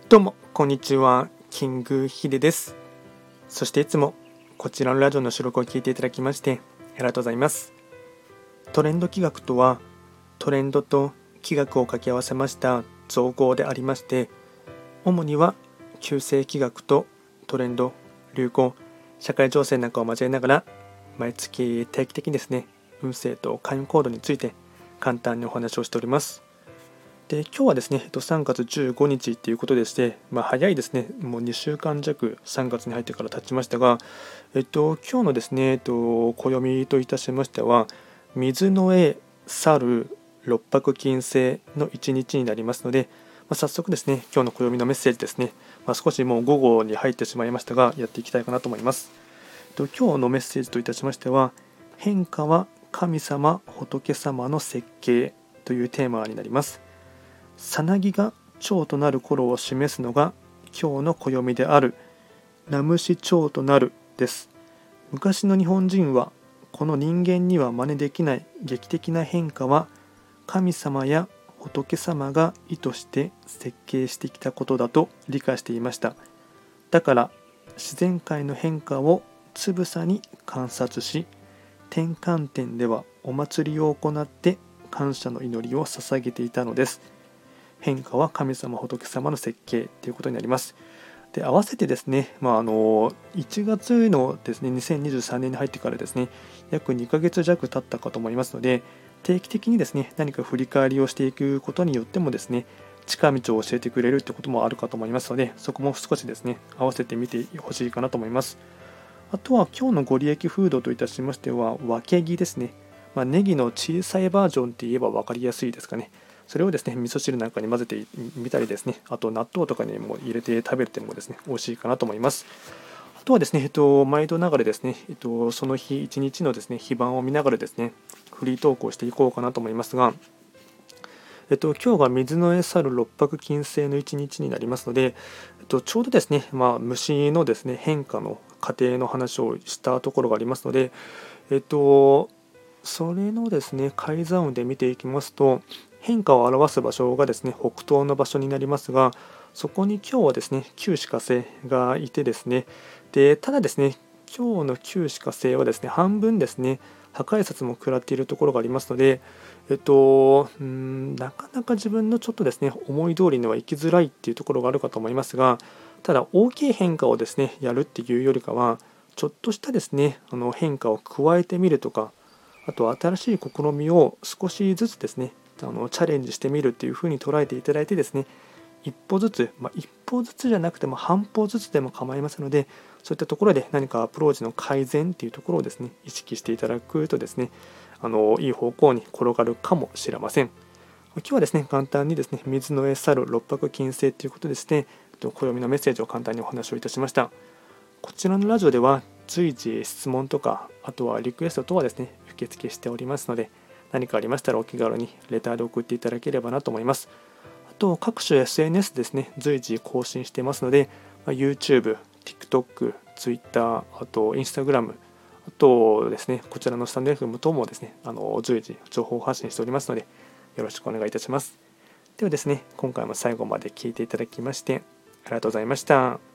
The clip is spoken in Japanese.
どうもこんにちは、キングヒデです。そしていつもこちらのラジオの収録を聞いていただきましてありがとうございます。トレンド企画とは、トレンドと企画を掛け合わせました造語でありまして、主には旧世企画とトレンド、流行、社会情勢なんかを交えながら毎月定期的にですね、運勢と開運行動について簡単にお話をしております。で、今日はですね、3月15日ということでして、早いですね、もう2週間弱3月に入ってから経ちましたが、今日のですね、暦といたしましては、水の絵、猿、六白金星の一日になりますので、早速ですね、今日の暦のメッセージですね、少しもう午後に入ってしまいましたが、やっていきたいかなと思います。今日のメッセージといたしましては、変化は神様、仏様の設計というテーマになります。さなぎが蝶となる頃を示すのが今日の暦である名虫蝶となるです。昔の日本人はこの人間には真似できない劇的な変化は神様や仏様が意図して設計してきたことだと理解していました。だから自然界の変化をつぶさに観察し、転換点ではお祭りを行って感謝の祈りを捧げていたのです。変化は神様仏様の設計ということになります。で、合わせてですね、1月のですね、2023年に入ってからですね、約2ヶ月弱経ったかと思いますので、定期的にですね、何か振り返りをしていくことによってもですね、近道を教えてくれるということもあるかと思いますので、そこも少しですね、合わせてみてほしいかなと思います。あとは今日のご利益フードといたしましては、わけぎですね。ネギの小さいバージョンって言えば分かりやすいですかね。それをですね、味噌汁なんかに混ぜてみたりですね、あと納豆とかにも入れて食べてもですね、美味しいかなと思います。あとはですね、毎度ながらですね、その日一日のですね、非番を見ながらですね、フリートークをしていこうかなと思いますが、今日が水の絵去る六白金星の一日になりますので、ちょうどですね、虫のですね、変化の過程の話をしたところがありますので、それのですね、改ざん運で見ていきますと、変化を表す場所がですね、北東の場所になりますが、そこに今日はですね、旧歯科星がいてですね、で、ただですね、今日の旧歯科星はですね、半分ですね、破壊札も食らっているところがありますので、なかなか自分のちょっとですね、思い通りにはいきづらいっていうところがあるかと思いますが、ただ大きい変化をですね、やるっていうよりかは、ちょっとしたですね、変化を加えてみるとか、あと新しい試みを少しずつですね、チャレンジしてみるっていうふうに捉えていただいてですね、一歩ずつ、一歩ずつじゃなくても半歩ずつでも構いませんので、そういったところで何かアプローチの改善っていうところをですね、意識していただくとですね、いい方向に転がるかもしれません。今日はですね、簡単にですね、水の絵去る六白金星ということでですね、暦のメッセージを簡単にお話をいたしました。こちらのラジオでは随時質問とか、あとはリクエスト等はですね、受付しておりますので、何かありましたらお気軽にレターで送っていただければなと思います。あと、各種 SNS ですね、随時更新していますので、YouTube、TikTok、Twitter、あと Instagram、あとですね、こちらのスタンド FM 等もですね、随時情報発信しておりますので、よろしくお願いいたします。ではですね、今回も最後まで聞いていただきまして、ありがとうございました。